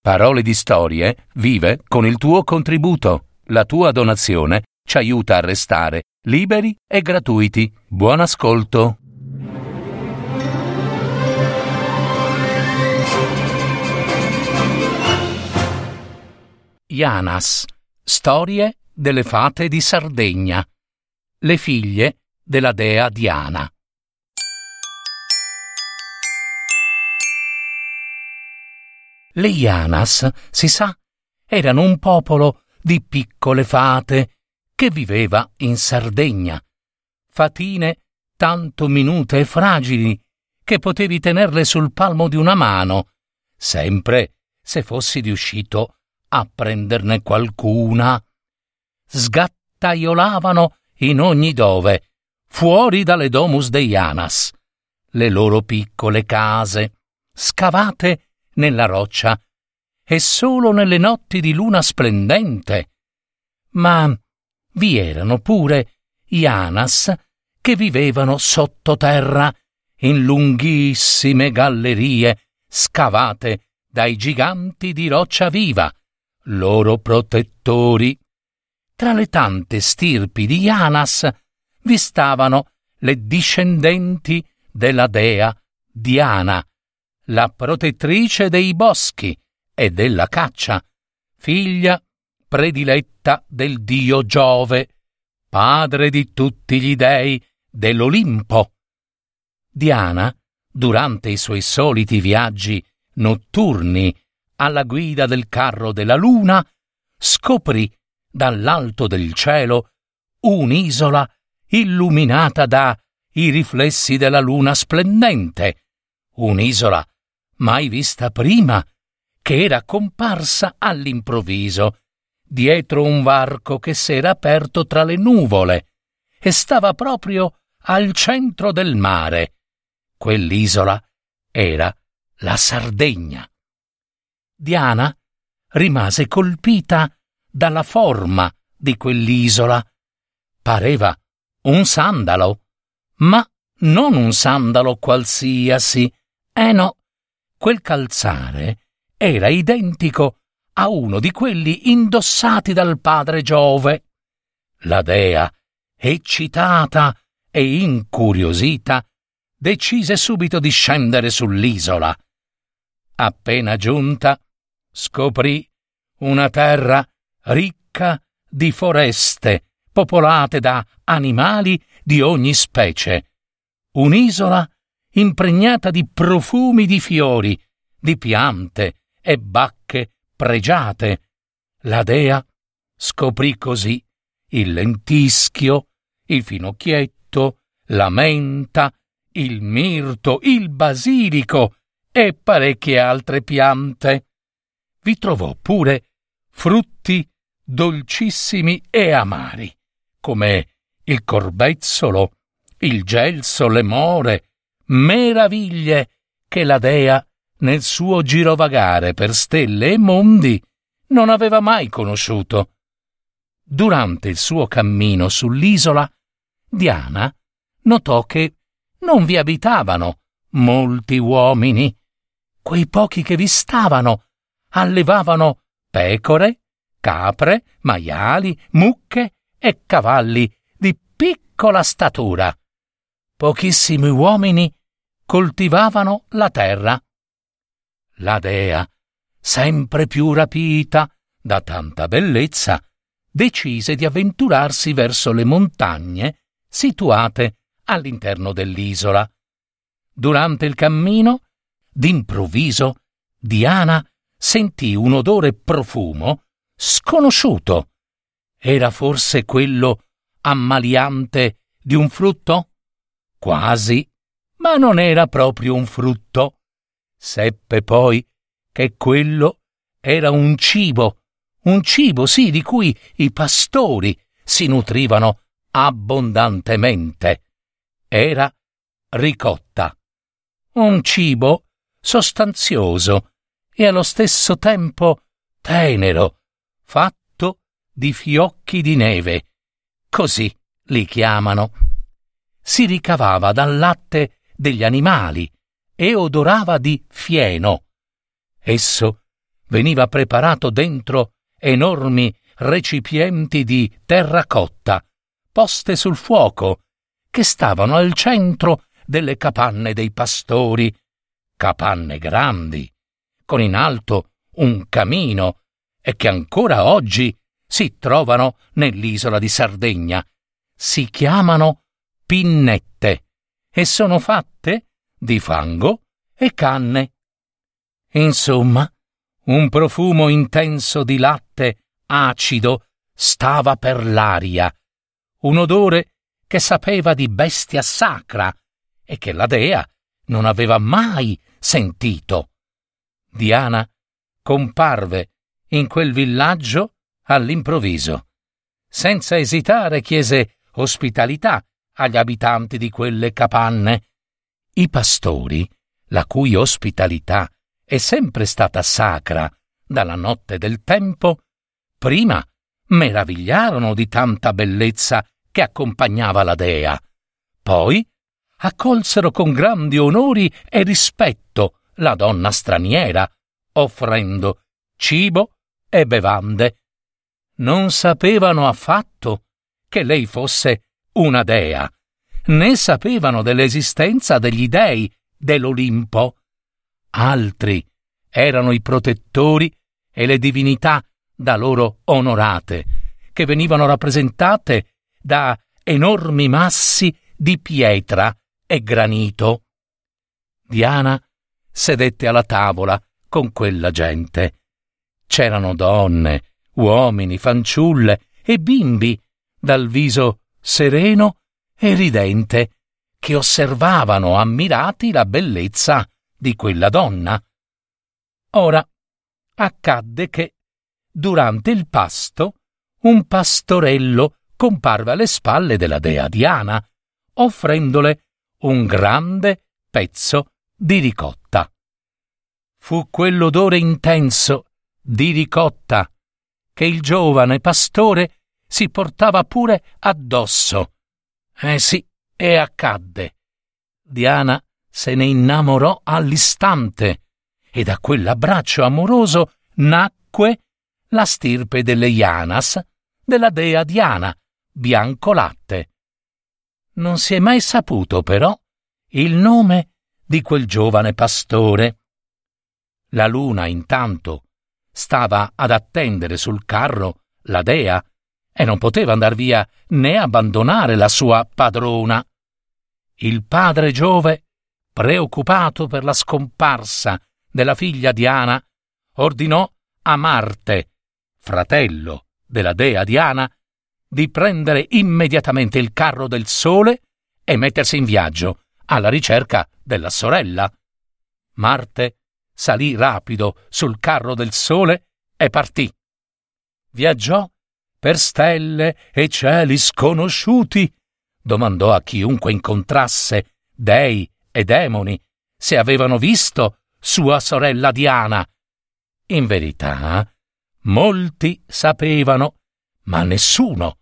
Parole di Storie vive con il tuo contributo. La tua donazione ci aiuta a restare liberi e gratuiti. Buon ascolto. Janas, storie delle fate di Sardegna, le figlie della dea Diana. Le Janas, si sa, erano un popolo di piccole fate che viveva in Sardegna. Fatine tanto minute e fragili che potevi tenerle sul palmo di una mano, sempre se fossi riuscito a prenderne qualcuna. Sgattaiolavano in ogni dove, fuori dalle domus dei Janas, le loro piccole case, scavate nella roccia e solo nelle notti di luna splendente. Ma vi erano pure Janas che vivevano sottoterra in lunghissime gallerie scavate dai giganti di roccia viva, loro protettori. Tra le tante stirpi di Janas vi stavano le discendenti della dea Diana, la protettrice dei boschi e della caccia, figlia prediletta del dio Giove, padre di tutti gli dei dell'Olimpo. Diana, durante i suoi soliti viaggi notturni alla guida del carro della luna, scoprì dall'alto del cielo un'isola illuminata dai riflessi della luna splendente, un'isola mai vista prima, che era comparsa all'improvviso dietro un varco che s'era aperto tra le nuvole e stava proprio al centro del mare. Quell'isola era la Sardegna. Diana rimase colpita dalla forma di quell'isola. Pareva un sandalo, ma non un sandalo qualsiasi. No, quel calzare era identico a uno di quelli indossati dal padre Giove. La dea, eccitata e incuriosita, decise subito di scendere sull'isola. Appena giunta, scoprì una terra ricca di foreste popolate da animali di ogni specie, un'isola impregnata di profumi di fiori, di piante e bacche pregiate. La dea scoprì così il lentischio, il finocchietto, la menta, il mirto, il basilico e parecchie altre piante. Vi trovò pure frutti dolcissimi e amari, come il corbezzolo, il gelso, le more, meraviglie che la dea nel suo girovagare per stelle e mondi non aveva mai conosciuto. Durante il suo cammino sull'isola, Diana notò che non vi abitavano molti uomini. Quei pochi che vi stavano allevavano pecore, capre, maiali, mucche e cavalli di piccola statura. Pochissimi uomini coltivavano la terra. La dea, sempre più rapita da tanta bellezza, decise di avventurarsi verso le montagne situate all'interno dell'isola. Durante il cammino, d'improvviso, Diana sentì un odore profumo sconosciuto. Era forse quello ammaliante di un frutto? Quasi, ma non era proprio un frutto. Seppe poi che quello era un cibo sì, di cui i pastori si nutrivano abbondantemente. Era ricotta, un cibo sostanzioso e allo stesso tempo tenero, fatto di fiocchi di neve, così li chiamano. Si ricavava dal latte degli animali e odorava di fieno. Esso veniva preparato dentro enormi recipienti di terracotta, poste sul fuoco, che stavano al centro delle capanne dei pastori, capanne grandi, con in alto un camino, e che ancora oggi si trovano nell'isola di Sardegna. Si chiamano pinnette e sono fatte di fango e canne. Insomma, un profumo intenso di latte acido stava per l'aria, un odore che sapeva di bestia sacra e che la dea non aveva mai sentito. Diana comparve in quel villaggio all'improvviso. Senza esitare chiese ospitalità agli abitanti di quelle capanne. I pastori, la cui ospitalità è sempre stata sacra dalla notte del tempo, prima meravigliarono di tanta bellezza che accompagnava la dea, poi accolsero con grandi onori e rispetto la donna straniera, offrendo cibo e bevande. Non sapevano affatto che lei fosse una dea, né sapevano dell'esistenza degli dei dell'Olimpo. Altri erano i protettori e le divinità da loro onorate, che venivano rappresentate da enormi massi di pietra e granito. Diana sedette alla tavola con quella gente. C'erano donne, uomini, fanciulle e bimbi dal viso sereno e ridente, che osservavano ammirati la bellezza di quella donna. Ora accadde che, durante il pasto, un pastorello comparve alle spalle della dea Diana, offrendole un grande pezzo di ricotta. Fu quell'odore intenso di ricotta che il giovane pastore si portava pure addosso. Sì, e accadde. Diana se ne innamorò all'istante e da quell'abbraccio amoroso nacque la stirpe delle Janas, della dea Diana, Biancolatte. Non si è mai saputo, però, il nome di quel giovane pastore. La luna, intanto, stava ad attendere sul carro la dea e non poteva andar via né abbandonare la sua padrona. Il padre Giove, preoccupato per la scomparsa della figlia Diana, ordinò a Marte, fratello della dea Diana, di prendere immediatamente il carro del sole e mettersi in viaggio alla ricerca della sorella. Marte salì rapido sul carro del sole e partì. Viaggiò per stelle e cieli sconosciuti, domandò a chiunque incontrasse, dei e demoni, se avevano visto sua sorella Diana. In verità, molti sapevano, ma nessuno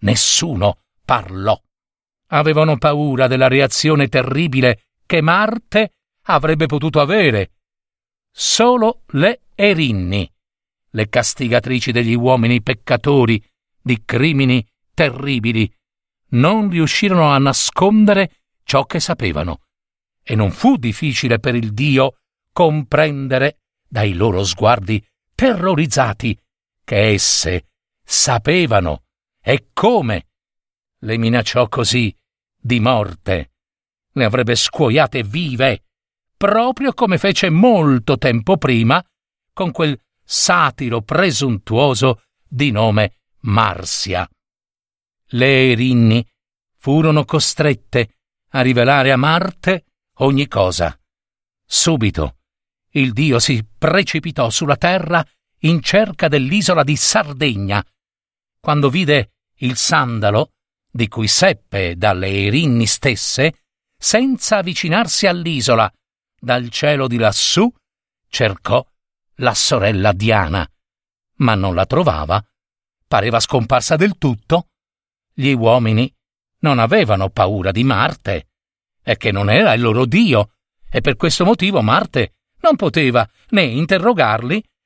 parlò. Avevano paura della reazione terribile che Marte avrebbe potuto avere. Solo le Erinni, le castigatrici degli uomini peccatori di crimini terribili, non riuscirono a nascondere ciò che sapevano, e non fu difficile per il Dio comprendere dai loro sguardi terrorizzati che esse sapevano e come. Le minacciò così di morte. Le avrebbe scuoiate vive, proprio come fece molto tempo prima con quel satiro presuntuoso di nome Marsia. Le Erinni furono costrette a rivelare a Marte ogni cosa. Subito il dio si precipitò sulla terra in cerca dell'isola di Sardegna. Quando vide il sandalo, di cui seppe dalle Erinni stesse, senza avvicinarsi all'isola, dal cielo di lassù, cercò la sorella Diana, ma non la trovava. Pareva scomparsa del tutto. Gli uomini non avevano paura di Marte, e che non era il loro dio, e per questo motivo Marte non poteva né interrogarli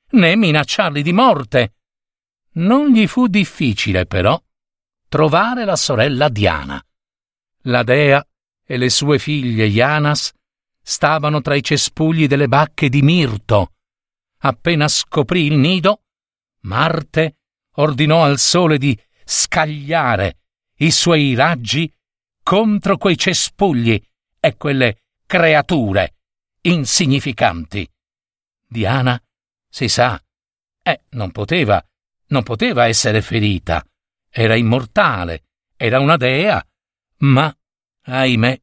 né minacciarli di morte. Non gli fu difficile, però, trovare la sorella Diana. La dea e le sue figlie Ianas stavano tra i cespugli delle bacche di mirto. Appena scoprì il nido, Marte ordinò al sole di scagliare i suoi raggi contro quei cespugli e quelle creature insignificanti. Diana, si sa, non poteva essere ferita. Era immortale, era una dea, ma, ahimè,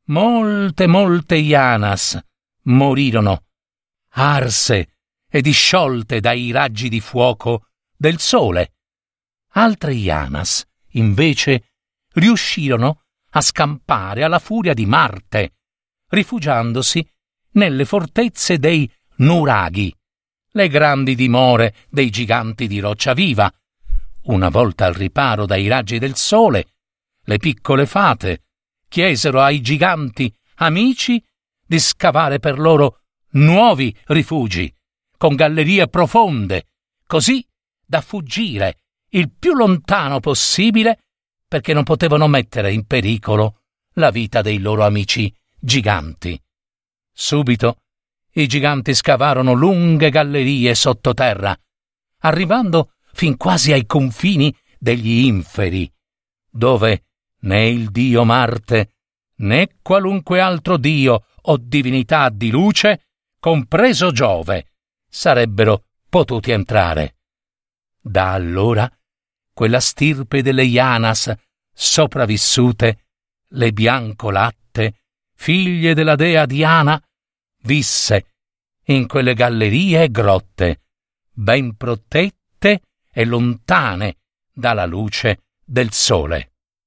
molte Ianas morirono, arse e disciolte dai raggi di fuoco del sole. Altre Ianas, invece, riuscirono a scampare alla furia di Marte, rifugiandosi nelle fortezze dei nuraghi, le grandi dimore dei giganti di roccia viva. Una volta al riparo dai raggi del sole, le piccole fate chiesero ai giganti amici di scavare per loro nuovi rifugi, con gallerie profonde, così da fuggire il più lontano possibile, perché non potevano mettere in pericolo la vita dei loro amici giganti. Subito i giganti scavarono lunghe gallerie sottoterra, arrivando fin quasi ai confini degli inferi, dove né il dio Marte né qualunque altro dio o divinità di luce, compreso Giove, sarebbero potuti entrare. Da allora quella stirpe delle Ianas sopravvissute, le biancolatte, figlie della dea Diana, visse in quelle gallerie e grotte, ben protette e lontane dalla luce del sole.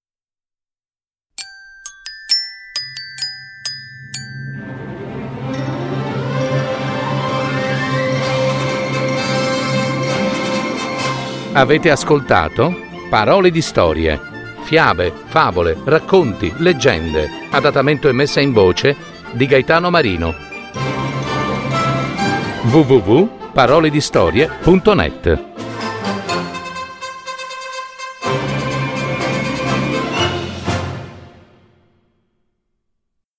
Avete ascoltato Parole di storie, fiabe, favole, racconti, leggende, adattamento e messa in voce di Gaetano Marino. www.paroledistorie.net